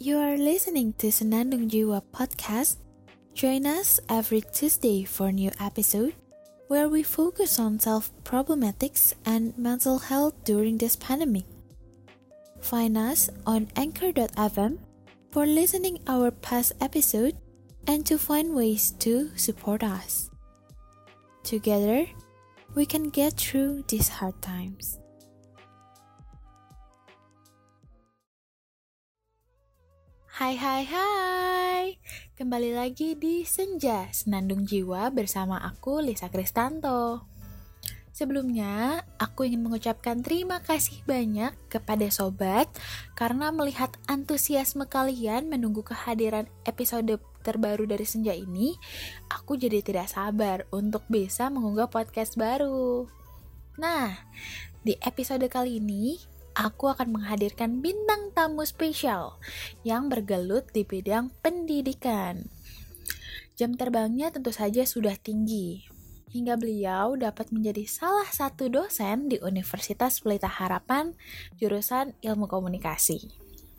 You are listening to Senandung Jiwa podcast. Join us every Tuesday for a new episode where we focus on self-problematics and mental health during this pandemic. Find us on Anchor.fm for listening our past episode and to find ways to support us. Together, we can get through these hard times. Hai, kembali lagi di Senja Senandung Jiwa bersama aku Lisa Kristanto. Sebelumnya, aku ingin mengucapkan terima kasih banyak kepada sobat karena melihat antusiasme kalian menunggu kehadiran episode terbaru dari Senja ini, aku jadi tidak sabar untuk bisa mengunggah podcast baru. Nah, di episode kali ini, aku akan menghadirkan bintang tamu spesial yang bergelut di bidang pendidikan. Jam terbangnya tentu saja sudah tinggi, hingga beliau dapat menjadi salah satu dosen di Universitas Pelita Harapan, jurusan Ilmu Komunikasi.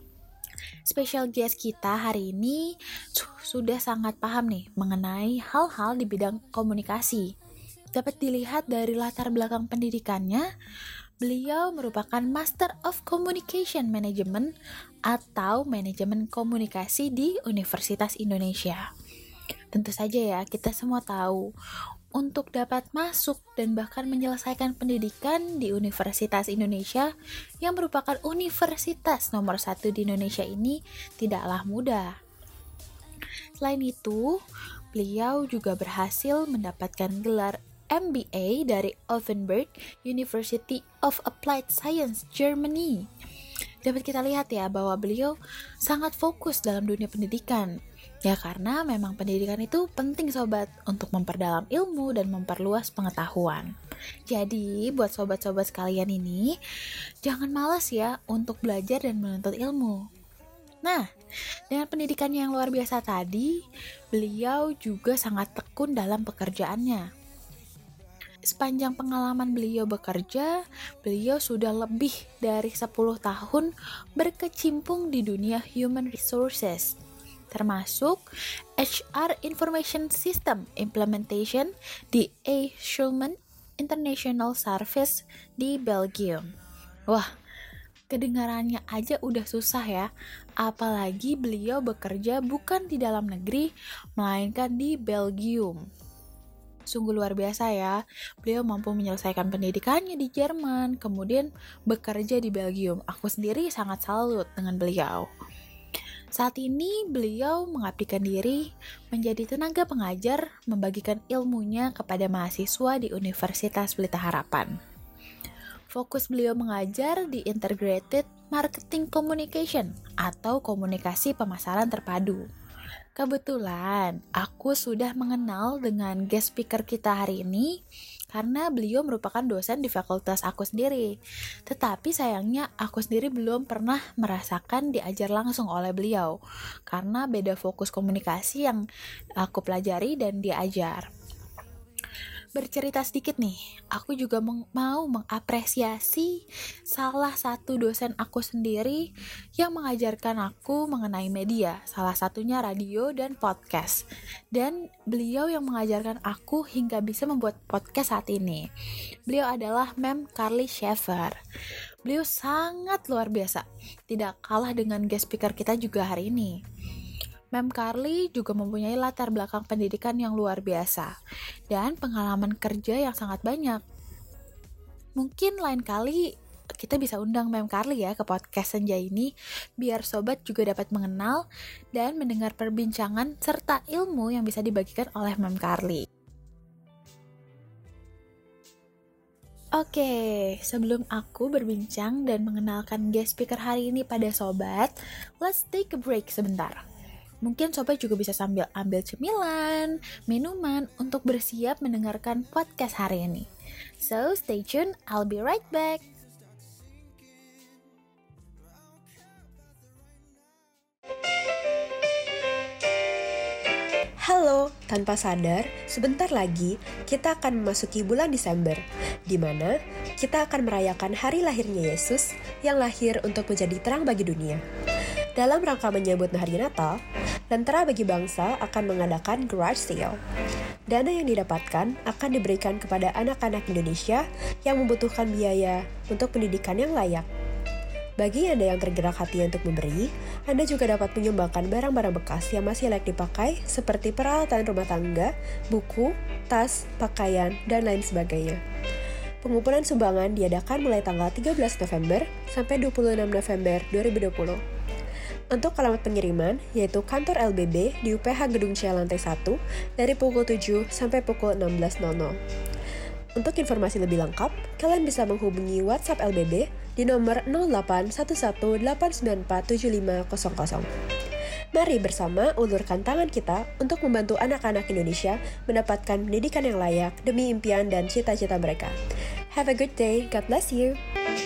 Special guest kita hari ini sudah sangat paham nih mengenai hal-hal di bidang komunikasi. Dapat dilihat dari latar belakang pendidikannya, beliau merupakan Master of Communication Management atau Manajemen Komunikasi di Universitas Indonesia. Tentu saja ya, kita semua tahu, untuk dapat masuk dan bahkan menyelesaikan pendidikan di Universitas Indonesia yang merupakan universitas nomor 1 di Indonesia ini tidaklah mudah. Selain itu, beliau juga berhasil mendapatkan gelar MBA dari Offenburg University of Applied Science, Germany. Dapat kita lihat ya bahwa beliau sangat fokus dalam dunia pendidikan. Ya karena memang pendidikan itu penting sobat untuk memperdalam ilmu dan memperluas pengetahuan. Jadi buat sobat-sobat sekalian ini, jangan malas ya untuk belajar dan menuntut ilmu. Nah, dengan pendidikannya yang luar biasa tadi, beliau juga sangat tekun dalam pekerjaannya. Sepanjang pengalaman beliau bekerja, beliau sudah lebih dari 10 tahun berkecimpung di dunia human resources, termasuk HR Information System Implementation di A. Schulman International Service di Belgium. Wah, kedengarannya aja udah susah ya, apalagi beliau bekerja bukan di dalam negeri, melainkan di Belgium. Sungguh luar biasa ya, beliau mampu menyelesaikan pendidikannya di Jerman, kemudian bekerja di Belgium. Aku sendiri sangat salut dengan beliau. Saat ini beliau mengabdikan diri menjadi tenaga pengajar, membagikan ilmunya kepada mahasiswa di Universitas Pelita Harapan. Fokus beliau mengajar di Integrated Marketing Communication atau komunikasi pemasaran terpadu. Kebetulan, aku sudah mengenal dengan guest speaker kita hari ini karena beliau merupakan dosen di fakultas aku sendiri. Tetapi sayangnya aku sendiri belum pernah merasakan diajar langsung oleh beliau karena beda fokus komunikasi yang aku pelajari dan diajar. Bercerita sedikit nih, aku juga mau mengapresiasi salah satu dosen aku sendiri yang mengajarkan aku mengenai media, salah satunya radio dan podcast. Dan beliau yang mengajarkan aku hingga bisa membuat podcast saat ini. Beliau adalah Ma'am Carly Schaefer. Beliau sangat luar biasa, tidak kalah dengan guest speaker kita juga hari ini. Ma'am Carly juga mempunyai latar belakang pendidikan yang luar biasa dan pengalaman kerja yang sangat banyak. Mungkin lain kali kita bisa undang Ma'am Carly ya ke podcast Senja ini biar sobat juga dapat mengenal dan mendengar perbincangan serta ilmu yang bisa dibagikan oleh Ma'am Carly. Oke, sebelum aku berbincang dan mengenalkan guest speaker hari ini pada sobat, let's take a break sebentar. Mungkin sobat juga bisa sambil ambil cemilan, minuman untuk bersiap mendengarkan podcast hari ini. So, stay tuned, I'll be right back. Halo, tanpa sadar, sebentar lagi kita akan memasuki bulan Desember, di mana kita akan merayakan hari lahirnya Yesus yang lahir untuk menjadi terang bagi dunia. Dalam rangka menyambut Hari Natal, Lentera Bagi Bangsa akan mengadakan garage sale. Dana yang didapatkan akan diberikan kepada anak-anak Indonesia yang membutuhkan biaya untuk pendidikan yang layak. Bagi Anda yang tergerak hati untuk memberi, Anda juga dapat menyumbangkan barang-barang bekas yang masih layak dipakai seperti peralatan rumah tangga, buku, tas, pakaian, dan lain sebagainya. Pengumpulan sumbangan diadakan mulai tanggal 13 November sampai 26 November 2020. Untuk alamat pengiriman, yaitu kantor LBB di UPH Gedung C lantai 1 dari pukul 7 sampai pukul 16.00. Untuk informasi lebih lengkap, kalian bisa menghubungi WhatsApp LBB di nomor 0811894750. Mari bersama ulurkan tangan kita untuk membantu anak-anak Indonesia mendapatkan pendidikan yang layak demi impian dan cita-cita mereka. Have a good day, God bless you!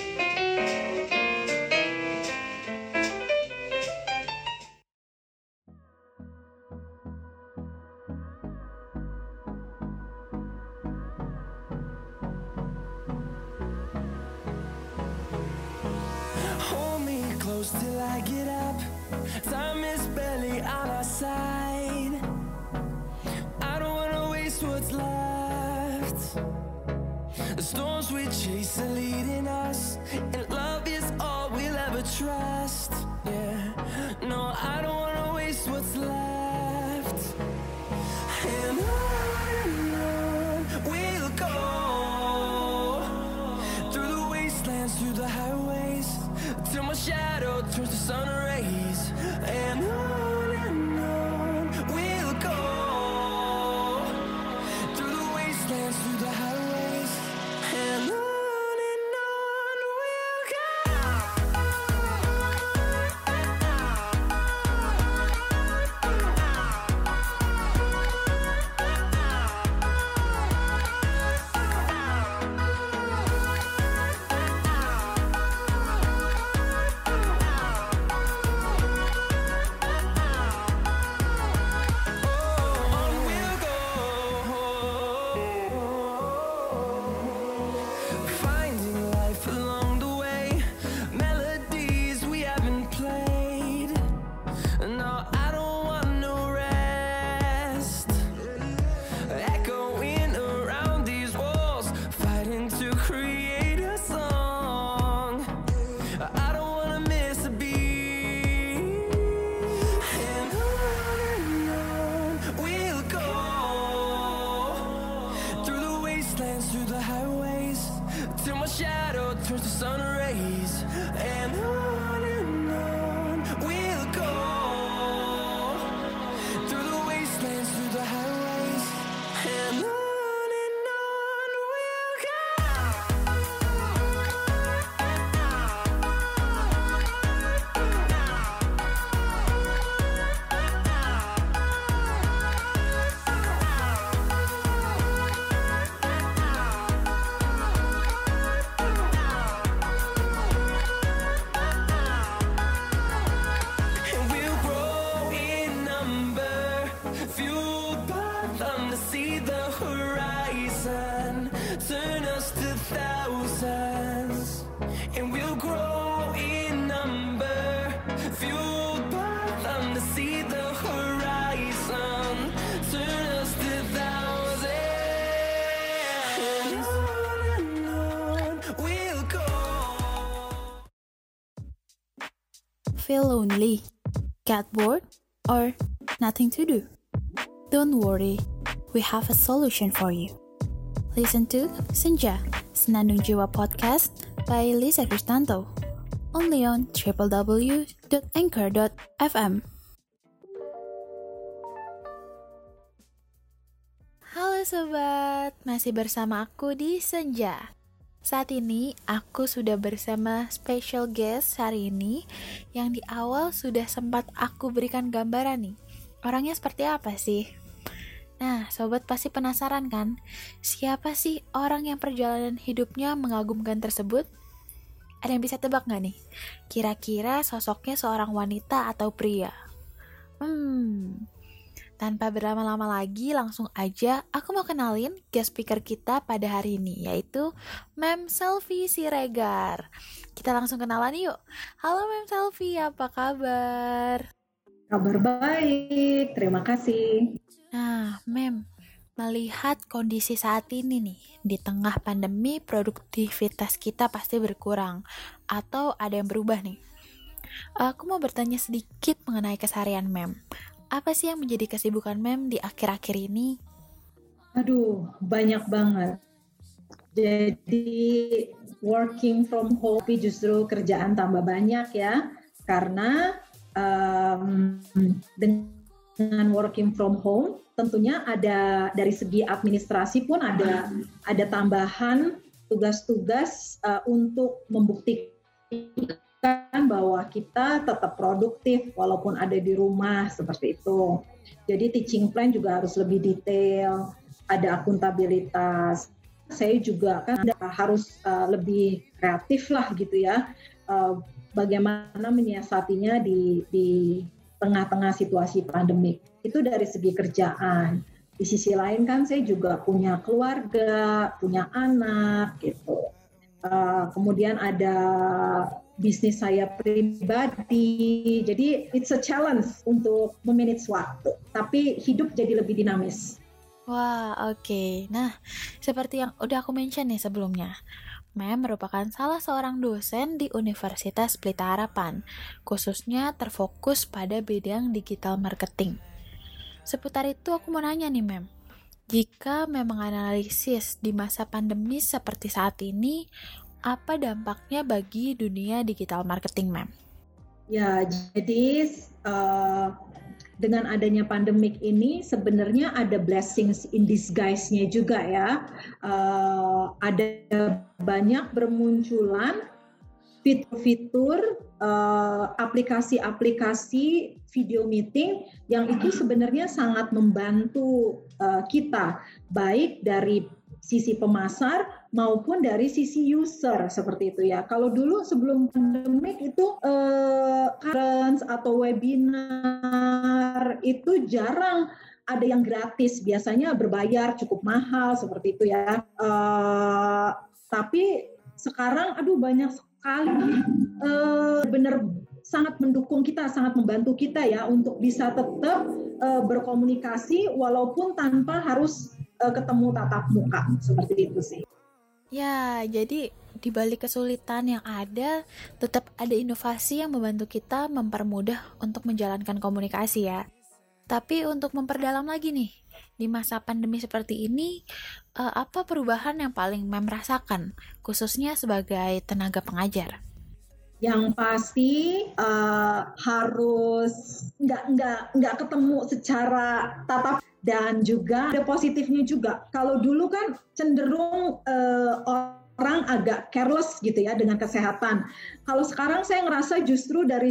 Close till I get up. Time is barely on our side. I don't wanna waste what's left. The storms we chase are leading us, and love is all we'll ever trust. Yeah, no, I don't wanna waste what's left. And on we'll go, through the wastelands, through the highways, till my shadow turns to sun rays. And on we'll go, through the wastelands, through the highways. And on we'll go. Through the highways, till my shadow turns to sun rays. And on we'll go, through the wastelands, through the highways. And on we'll go. Turn us to thousands, and we'll grow in number, fueled by them to see the horizon. Turn us to thousands, and on we'll go. Feel lonely, get bored, or nothing to do? Don't worry, we have a solution for you. Listen to Senja, Senandung Jiwa Podcast by Lisa Kristanto, only on www.anchor.fm. Halo sobat, masih bersama aku di Senja. Saat ini aku sudah bersama special guest hari ini yang di awal sudah sempat aku berikan gambaran nih. Orangnya seperti apa sih? Nah, sobat pasti penasaran kan? Siapa sih orang yang perjalanan hidupnya mengagumkan tersebut? Ada yang bisa tebak gak nih? Kira-kira sosoknya seorang wanita atau pria? tanpa berlama-lama lagi, langsung aja aku mau kenalin guest speaker kita pada hari ini, yaitu Mem Selvi Siregar. Kita langsung kenalan yuk. Halo Mem Selvi, apa kabar? Kabar baik, terima kasih. Nah, Mem, melihat kondisi saat ini nih, di tengah pandemi produktivitas kita pasti berkurang, atau ada yang berubah nih. Aku mau bertanya sedikit mengenai keseharian Mem. Apa sih yang menjadi kesibukan Mem di akhir-akhir ini? Aduh, banyak banget. Jadi working from home, tapi justru kerjaan tambah banyak ya. Karena dengan working from home, tentunya ada dari segi administrasi pun ada tambahan tugas-tugas untuk membuktikan bahwa kita tetap produktif walaupun ada di rumah, seperti itu. Jadi teaching plan juga harus lebih detail, ada akuntabilitas. Saya juga kan harus lebih kreatif lah gitu ya, bagaimana menyiasatinya di tengah-tengah situasi pandemik. Itu dari segi kerjaan. Di sisi lain kan saya juga punya keluarga, punya anak gitu. Kemudian ada bisnis saya pribadi, jadi it's a challenge untuk memanage waktu, tapi hidup jadi lebih dinamis. Wah, oke. Nah, seperti yang udah aku mention nih sebelumnya, Mem merupakan salah seorang dosen di Universitas Pelita Harapan, khususnya terfokus pada bidang digital marketing. Seputar itu aku mau nanya nih Mem, jika memang analisis di masa pandemi seperti saat ini, apa dampaknya bagi dunia digital marketing, Mem? Ya, jadi dengan adanya pandemik ini sebenarnya ada blessings in disguise-nya juga ya. Ada banyak bermunculan fitur-fitur aplikasi-aplikasi video meeting yang itu sebenarnya sangat membantu kita, baik dari sisi pemasar maupun dari sisi user, seperti itu ya. Kalau dulu sebelum pandemik itu conference atau webinar itu jarang ada yang gratis, biasanya berbayar cukup mahal seperti itu ya. Tapi sekarang banyak sekali benar sangat mendukung kita, sangat membantu kita ya untuk bisa tetap berkomunikasi walaupun tanpa harus ketemu tatap muka, seperti itu sih. Ya, jadi di balik kesulitan yang ada, tetap ada inovasi yang membantu kita mempermudah untuk menjalankan komunikasi ya. Tapi untuk memperdalam lagi nih, di masa pandemi seperti ini, apa perubahan yang paling Mem rasakan, khususnya sebagai tenaga pengajar? Yang pasti harus nggak ketemu secara tatap, dan juga ada positifnya juga. Kalau dulu kan cenderung orang agak careless gitu ya dengan kesehatan. Kalau sekarang saya ngerasa justru dari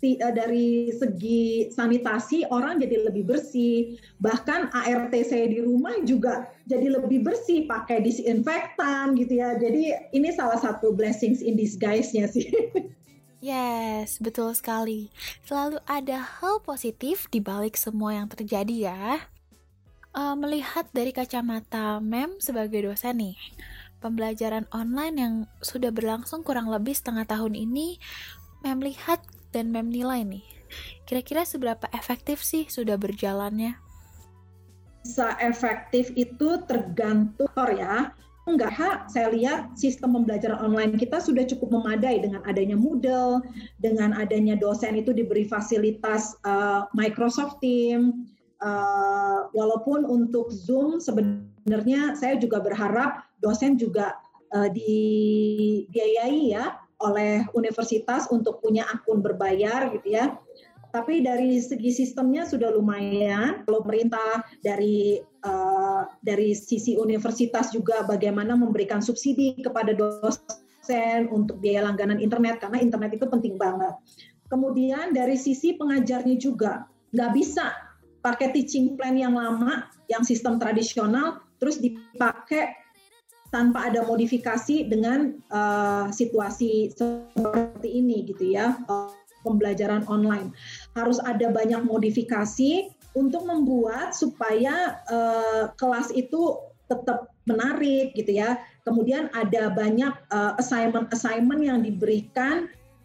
segi sanitasi orang jadi lebih bersih. Bahkan ART saya di rumah juga jadi lebih bersih pakai disinfektan gitu ya. Jadi ini salah satu blessings in disguise-nya sih. Yes, betul sekali. Selalu ada hal positif di balik semua yang terjadi ya. Melihat dari kacamata Mem sebagai dosen nih, pembelajaran online yang sudah berlangsung kurang lebih setengah tahun ini, Mem lihat dan Mem nilai nih, kira-kira seberapa efektif sih sudah berjalannya? Bisa efektif itu tergantung ya. Enggak, saya lihat sistem pembelajaran online kita sudah cukup memadai dengan adanya Moodle, dengan adanya dosen itu diberi fasilitas Microsoft Teams. Walaupun untuk Zoom sebenarnya saya juga berharap dosen juga dibiayai ya oleh universitas untuk punya akun berbayar gitu ya. Tapi dari segi sistemnya sudah lumayan. Kalau pemerintah dari sisi universitas juga bagaimana memberikan subsidi kepada dosen untuk biaya langganan internet, karena internet itu penting banget. Kemudian dari sisi pengajarnya juga nggak bisa pakai teaching plan yang lama, yang sistem tradisional, terus dipakai tanpa ada modifikasi dengan situasi seperti ini gitu ya, pembelajaran online. Harus ada banyak modifikasi untuk membuat supaya kelas itu tetap menarik gitu ya. Kemudian ada banyak assignment yang diberikan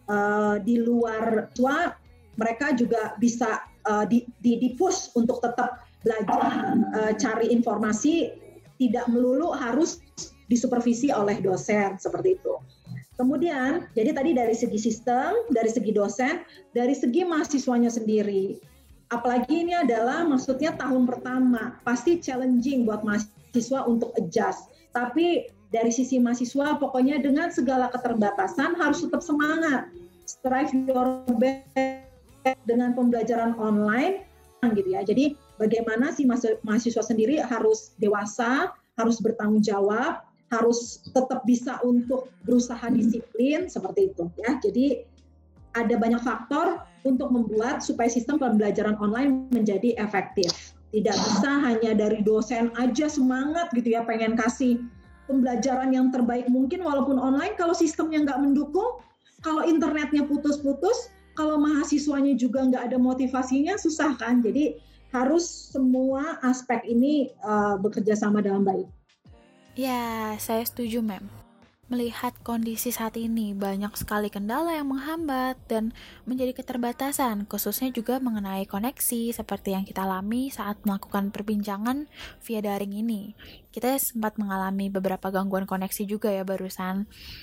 di luar siswa, mereka juga bisa di-push untuk tetap belajar, cari informasi, tidak melulu harus disupervisi oleh dosen seperti itu. Kemudian, jadi tadi dari segi sistem, dari segi dosen, dari segi mahasiswanya sendiri. Apalagi ini adalah maksudnya tahun pertama, pasti challenging buat mahasiswa untuk adjust. Tapi dari sisi mahasiswa, pokoknya dengan segala keterbatasan harus tetap semangat. Strive your best dengan pembelajaran online, gitu ya. Jadi bagaimana sih mahasiswa sendiri harus dewasa, harus bertanggung jawab, harus tetap bisa untuk berusaha disiplin seperti itu ya. Jadi ada banyak faktor untuk membuat supaya sistem pembelajaran online menjadi efektif. Tidak bisa hanya dari dosen aja semangat gitu ya, pengen kasih pembelajaran yang terbaik mungkin walaupun online, kalau sistemnya nggak mendukung, kalau internetnya putus-putus, kalau mahasiswanya juga nggak ada motivasinya, susah kan. Jadi harus semua aspek ini bekerja sama dengan baik. Ya, saya setuju, Mem. Melihat kondisi saat ini, banyak sekali kendala yang menghambat dan menjadi keterbatasan, khususnya juga mengenai koneksi seperti yang kita alami saat melakukan perbincangan via daring ini. Kita sempat mengalami beberapa gangguan koneksi juga ya barusan.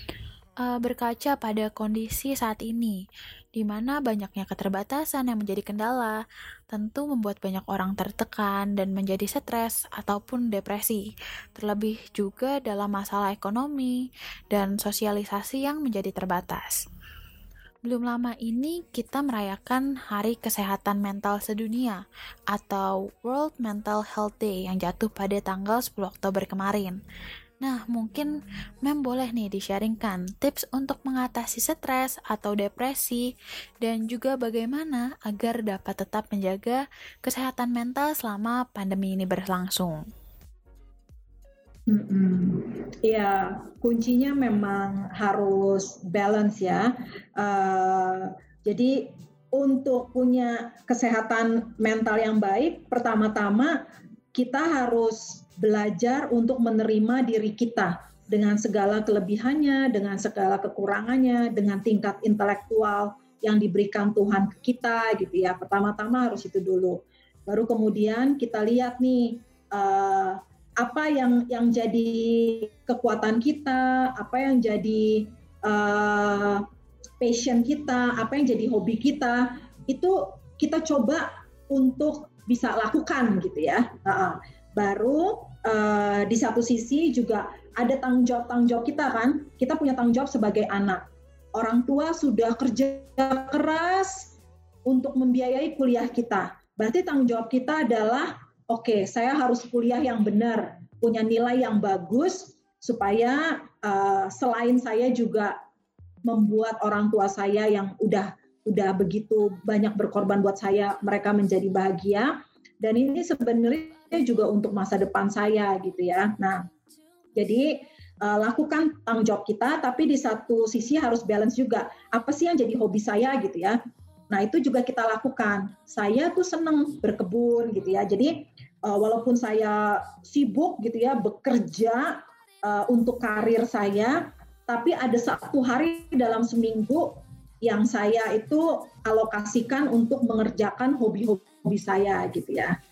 Berkaca pada kondisi saat ini, di mana banyaknya keterbatasan yang menjadi kendala, tentu membuat banyak orang tertekan dan menjadi stres ataupun depresi, terlebih juga dalam masalah ekonomi dan sosialisasi yang menjadi terbatas. Belum lama ini kita merayakan Hari Kesehatan Mental Sedunia atau World Mental Health Day yang jatuh pada tanggal 10 Oktober kemarin. Nah, mungkin Mem boleh nih di-sharingkan tips untuk mengatasi stres atau depresi dan juga bagaimana agar dapat tetap menjaga kesehatan mental selama pandemi ini berlangsung. Ya, kuncinya memang harus balance ya. Jadi untuk punya kesehatan mental yang baik, pertama-tama kita harus belajar untuk menerima diri kita dengan segala kelebihannya, dengan segala kekurangannya, dengan tingkat intelektual yang diberikan Tuhan ke kita gitu ya. Pertama-tama harus itu dulu. Baru kemudian kita lihat nih apa yang jadi kekuatan kita, apa yang jadi passion kita, apa yang jadi hobi kita, itu kita coba untuk bisa lakukan gitu ya. Baru di satu sisi juga ada tanggung jawab kita kan. Kita punya tanggung jawab sebagai anak. Orang tua sudah kerja keras untuk membiayai kuliah kita. Berarti tanggung jawab kita adalah, oke, saya harus kuliah yang benar, punya nilai yang bagus, supaya selain saya juga membuat orang tua saya yang udah begitu banyak berkorban buat saya, mereka menjadi bahagia. Dan ini sebenarnya juga untuk masa depan saya gitu ya. Nah, jadi lakukan tanggung jawab kita, tapi di satu sisi harus balance juga. Apa sih yang jadi hobi saya gitu ya. Nah, itu juga kita lakukan. Saya tuh senang berkebun gitu ya. Jadi walaupun saya sibuk gitu ya, bekerja untuk karir saya, tapi ada satu hari dalam seminggu yang saya itu alokasikan untuk mengerjakan hobi-hobi saya gitu ya.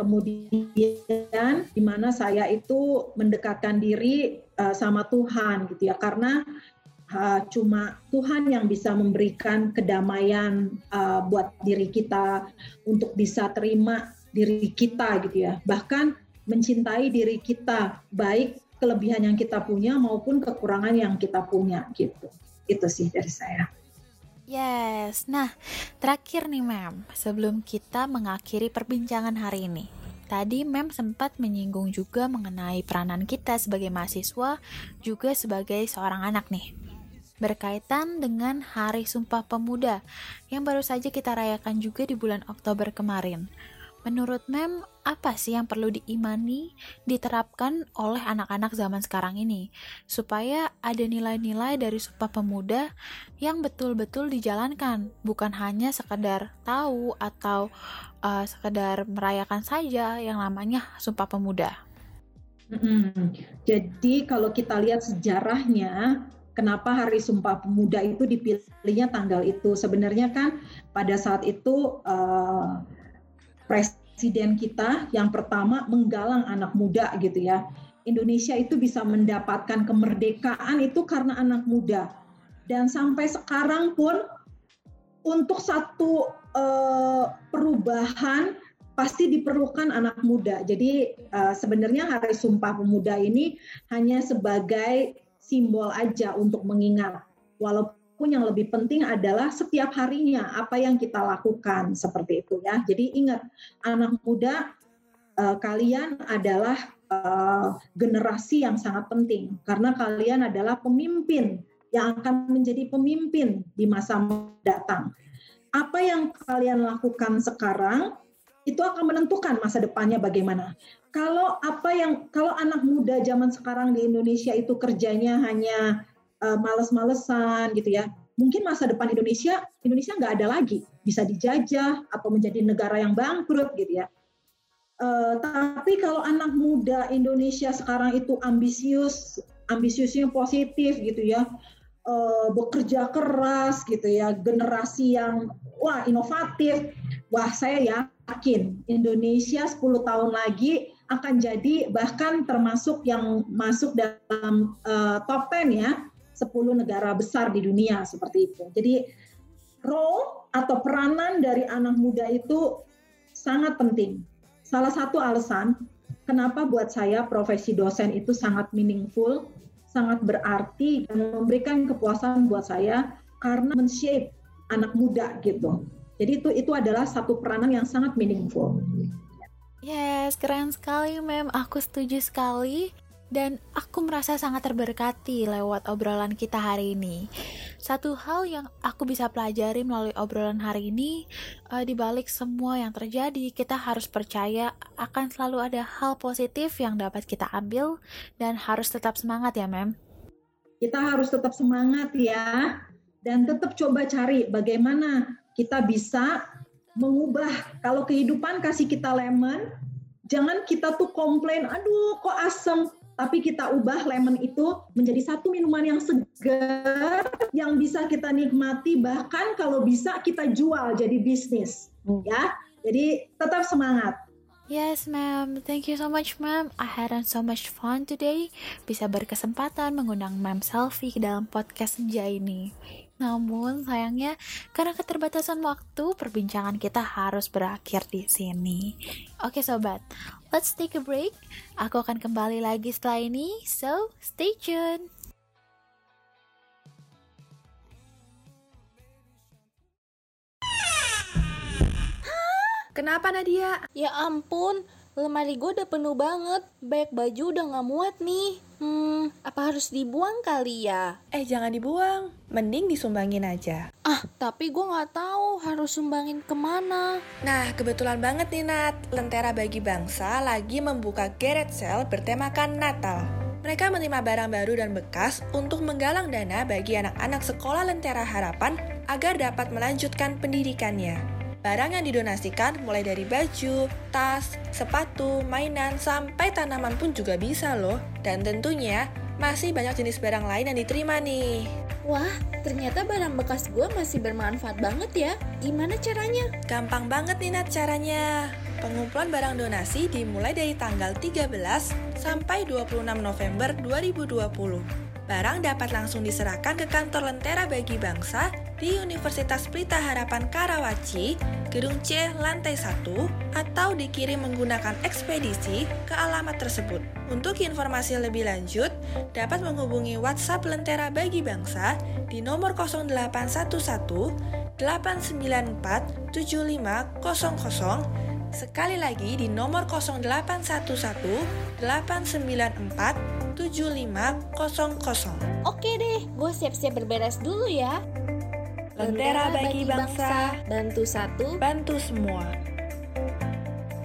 Kemudian di mana saya itu mendekatkan diri sama Tuhan gitu ya, karena cuma Tuhan yang bisa memberikan kedamaian buat diri kita, untuk bisa terima diri kita gitu ya, bahkan mencintai diri kita, baik kelebihan yang kita punya maupun kekurangan yang kita punya gitu. Itu sih dari saya. Yes, nah terakhir nih Mem, sebelum kita mengakhiri perbincangan hari ini. Tadi Mem sempat menyinggung juga mengenai peranan kita sebagai mahasiswa, juga sebagai seorang anak nih. Berkaitan dengan Hari Sumpah Pemuda, yang baru saja kita rayakan juga di bulan Oktober kemarin. Menurut Mem, apa sih yang perlu diimani, diterapkan oleh anak-anak zaman sekarang ini, supaya ada nilai-nilai dari Sumpah Pemuda yang betul-betul dijalankan, bukan hanya sekedar tahu atau sekedar merayakan saja yang namanya Sumpah Pemuda? Jadi kalau kita lihat sejarahnya, kenapa Hari Sumpah Pemuda itu dipilihnya tanggal itu? Sebenarnya kan pada saat itu presiden kita yang pertama menggalang anak muda gitu ya. Indonesia itu bisa mendapatkan kemerdekaan itu karena anak muda. Dan sampai sekarang pun untuk satu perubahan pasti diperlukan anak muda. Jadi sebenarnya Hari Sumpah Pemuda ini hanya sebagai simbol aja untuk mengingat. Walaupun yang lebih penting adalah setiap harinya apa yang kita lakukan seperti itu ya. Jadi ingat, anak muda kalian adalah generasi yang sangat penting karena kalian adalah pemimpin yang akan menjadi pemimpin di masa mendatang. Apa yang kalian lakukan sekarang itu akan menentukan masa depannya bagaimana. Kalau anak muda zaman sekarang di Indonesia itu kerjanya hanya males-malesan gitu ya, mungkin masa depan Indonesia nggak ada lagi, bisa dijajah atau menjadi negara yang bangkrut gitu ya. Tapi kalau anak muda Indonesia sekarang itu ambisiusnya positif gitu ya, bekerja keras gitu ya, generasi yang inovatif, saya yakin Indonesia 10 tahun lagi akan jadi bahkan termasuk yang masuk dalam top 10 ya, 10 negara besar di dunia seperti itu. Jadi role atau peranan dari anak muda itu sangat penting. Salah satu alasan kenapa buat saya profesi dosen itu sangat meaningful, sangat berarti dan memberikan kepuasan buat saya karena men-shape anak muda gitu. Jadi itu adalah satu peranan yang sangat meaningful. Yes, keren sekali Mem, aku setuju sekali. Dan aku merasa sangat terberkati lewat obrolan kita hari ini. Satu hal yang aku bisa pelajari melalui obrolan hari ini, di balik semua yang terjadi, kita harus percaya akan selalu ada hal positif yang dapat kita ambil dan harus tetap semangat ya Mem. Kita harus tetap semangat ya, dan tetap coba cari bagaimana kita bisa mengubah. Kalau kehidupan kasih kita lemon, jangan kita tuh komplain, aduh kok asem. Tapi kita ubah lemon itu menjadi satu minuman yang segar, yang bisa kita nikmati, bahkan kalau bisa kita jual jadi bisnis. Ya, jadi tetap semangat. Yes, ma'am. Thank you so much, ma'am. I had so much fun today. Bisa berkesempatan mengundang ma'am Selfie ke dalam podcast Senja ini. Namun, sayangnya, karena keterbatasan waktu, perbincangan kita harus berakhir di sini. Oke, sobat. Let's take a break. Aku akan kembali lagi setelah ini, so stay tuned. Kenapa Nadia? Ya ampun, lemari gue udah penuh banget. Banyak baju udah gak muat nih. Apa harus dibuang kali ya? Jangan dibuang, mending disumbangin aja. Tapi gue gak tahu harus sumbangin kemana. Nah, kebetulan banget nih Nat, Lentera Bagi Bangsa lagi membuka garage sale bertemakan Natal. Mereka menerima barang baru dan bekas untuk menggalang dana bagi anak-anak sekolah Lentera Harapan agar dapat melanjutkan pendidikannya. Barang yang didonasikan mulai dari baju, tas, sepatu, mainan, sampai tanaman pun juga bisa loh. Dan tentunya masih banyak jenis barang lain yang diterima nih. Wah, ternyata barang bekas gue masih bermanfaat banget ya. Gimana caranya? Gampang banget nih Nat caranya. Pengumpulan barang donasi dimulai dari tanggal 13 sampai 26 November 2020. Barang dapat langsung diserahkan ke kantor Lentera Bagi Bangsa di Universitas Pelita Harapan Karawaci, Gedung C, lantai 1, atau dikirim menggunakan ekspedisi ke alamat tersebut. Untuk informasi lebih lanjut, dapat menghubungi WhatsApp Lentera Bagi Bangsa di nomor 0811 894 7500. Sekali lagi di nomor 0811 894 7500. Oke deh, gue siap-siap berberes dulu ya. Lentera Bagi Bangsa, bantu satu, bantu semua.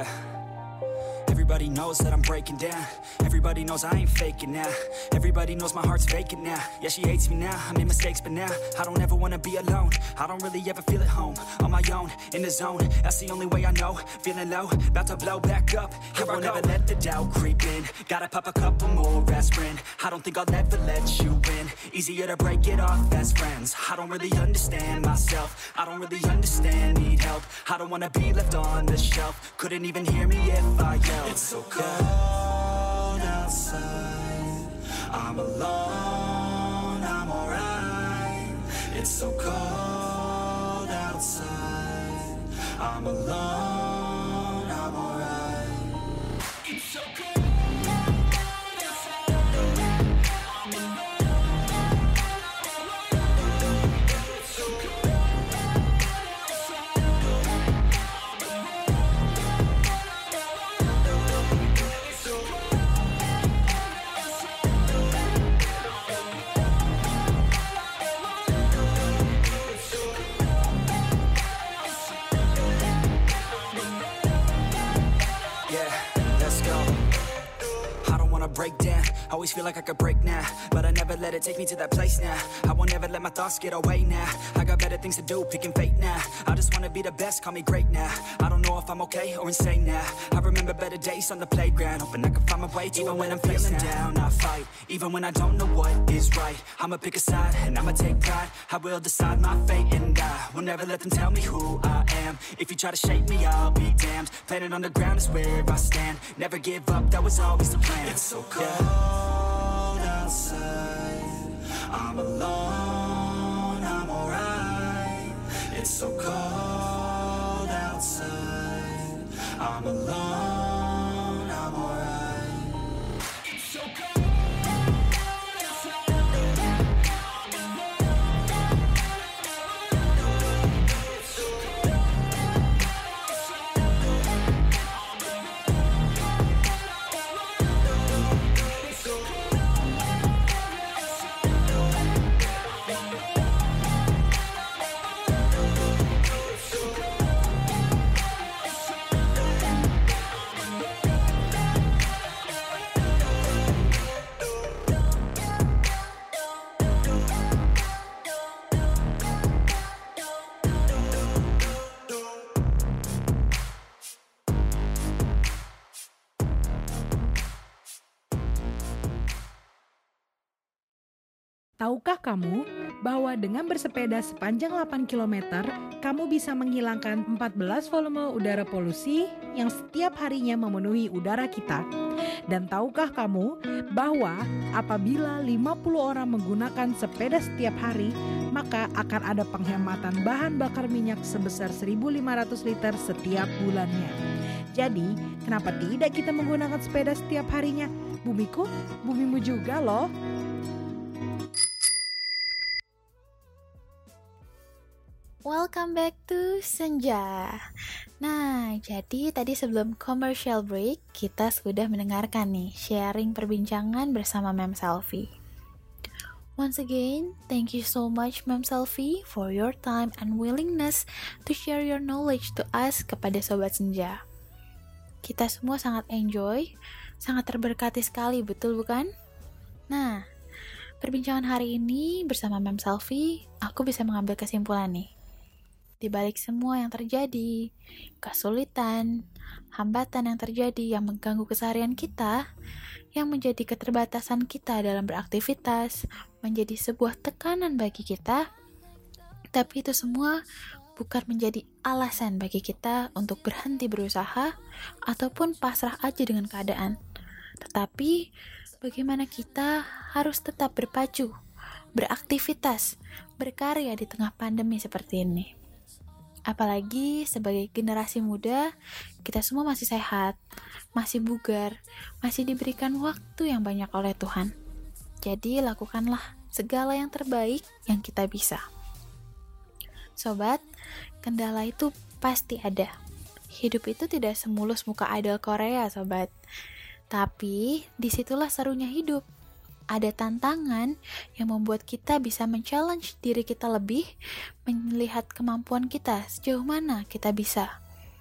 yeah. Everybody knows that I'm breaking down. Everybody knows I ain't faking now. Everybody knows my heart's vacant now. Yeah, she hates me now, I made mistakes, but now I don't ever wanna be alone. I don't really ever feel at home. On my own, in the zone, that's the only way I know. Feeling low, about to blow back up. Here I won't ever let the doubt creep in. Gotta pop a couple more aspirin. I don't think I'll ever let you in. Easier to break it off best friends. I don't really understand myself. I don't really understand, need help. I don't wanna be left on the shelf. Couldn't even hear me if I yelled. It's so cold outside. I'm alone, I'm alright. It's so cold outside. I'm alone, I'm alright. It's so cold. Break down, always feel like I could break now, but I never let it take me to that place now. I won't ever let my thoughts get away now. I got better things to do, picking fate now. I just wanna be the best, call me great now. I don't know if I'm okay or insane now. I remember better days on the playground, hoping I can find my way to even when I'm feeling down. I fight, even when I don't know what is right. I'ma pick a side, and I'ma take pride. I will decide my fate, and I will never let them tell me who I am. If you try to shape me, I'll be damned. Planet on the ground is where I stand. Never give up, that was always the plan. It's so cold outside. I'm alone, I'm alright. It's so cold outside. I'm alone, I'm alright. It's so cold outside. I'm alone. It's so cold Tahukah kamu bahwa dengan bersepeda sepanjang 8 km, kamu bisa menghilangkan 14 volume udara polusi yang setiap harinya memenuhi udara kita? Dan tahukah kamu bahwa apabila 50 orang menggunakan sepeda setiap hari, maka akan ada penghematan bahan bakar minyak sebesar 1.500 liter setiap bulannya. Jadi, kenapa tidak kita menggunakan sepeda setiap harinya? Bumiku, bumimu juga loh. Welcome back to Senja. Nah, jadi tadi sebelum commercial break, kita sudah mendengarkan nih sharing perbincangan bersama Ma'am Selfie. Once again, thank you so much Ma'am Selfie for your time and willingness to share your knowledge to us kepada Sobat Senja. Kita semua sangat enjoy, sangat terberkati sekali, betul bukan? Nah, perbincangan hari ini bersama Ma'am Selfie, aku bisa mengambil kesimpulan nih. Di balik semua yang terjadi, kesulitan, hambatan yang terjadi yang mengganggu keseharian kita, yang menjadi keterbatasan kita dalam beraktivitas, menjadi sebuah tekanan bagi kita, tapi itu semua bukan menjadi alasan bagi kita untuk berhenti berusaha ataupun pasrah aja dengan keadaan. Tetapi bagaimana kita harus tetap berpacu, beraktivitas, berkarya di tengah pandemi seperti ini. Apalagi sebagai generasi muda, kita semua masih sehat, masih bugar, masih diberikan waktu yang banyak oleh Tuhan. Jadi lakukanlah segala yang terbaik yang kita bisa. Sobat, kendala itu pasti ada. Hidup itu tidak semulus muka idol Korea, sobat. Tapi disitulah serunya hidup. Ada tantangan yang membuat kita bisa men-challenge diri kita lebih, melihat kemampuan kita sejauh mana kita bisa.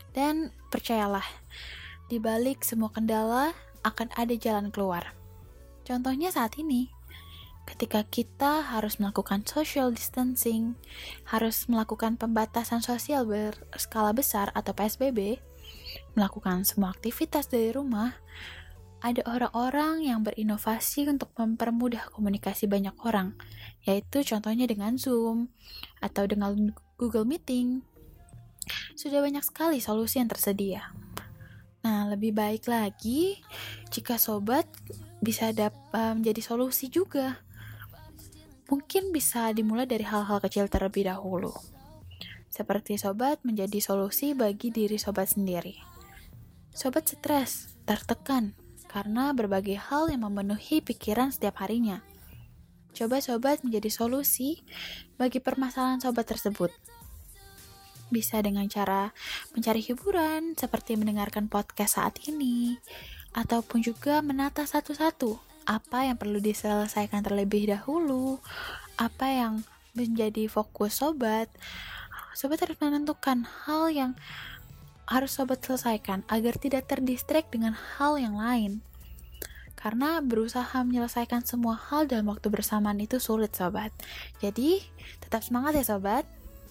Dan percayalah, di balik semua kendala akan ada jalan keluar. Contohnya saat ini, ketika kita harus melakukan social distancing, harus melakukan pembatasan sosial berskala besar atau PSBB, melakukan semua aktivitas dari rumah, ada orang-orang yang berinovasi untuk mempermudah komunikasi banyak orang, yaitu contohnya dengan Zoom atau dengan Google Meeting. Sudah banyak sekali solusi yang tersedia. Nah, lebih baik lagi jika sobat bisa menjadi solusi juga. Mungkin bisa dimulai dari hal-hal kecil terlebih dahulu. Seperti sobat menjadi solusi bagi diri sobat sendiri. Sobat stres, tertekan, karena berbagai hal yang memenuhi pikiran setiap harinya. Coba sobat menjadi solusi bagi permasalahan sobat tersebut. Bisa dengan cara mencari hiburan, seperti mendengarkan podcast saat ini, ataupun juga menata satu-satu apa yang perlu diselesaikan terlebih dahulu, apa yang menjadi fokus sobat. Sobat harus menentukan hal yang harus sobat selesaikan agar tidak terdistract dengan hal yang lain. Karena berusaha menyelesaikan semua hal dalam waktu bersamaan itu sulit sobat. Jadi, tetap semangat ya sobat.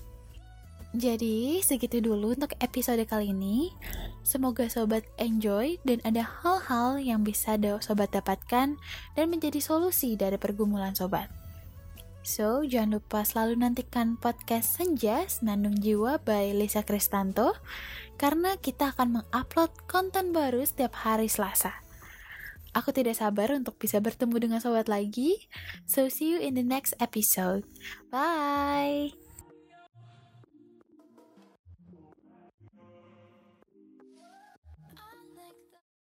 Jadi, segitu dulu untuk episode kali ini. Semoga sobat enjoy dan ada hal-hal yang bisa sobat dapatkan dan menjadi solusi dari pergumulan sobat. So, jangan lupa selalu nantikan podcast Senja Senandung Jiwa by Lisa Kristanto, karena kita akan mengupload konten baru setiap hari Selasa. Aku tidak sabar untuk bisa bertemu dengan sobat lagi. So, see you in the next episode. Bye!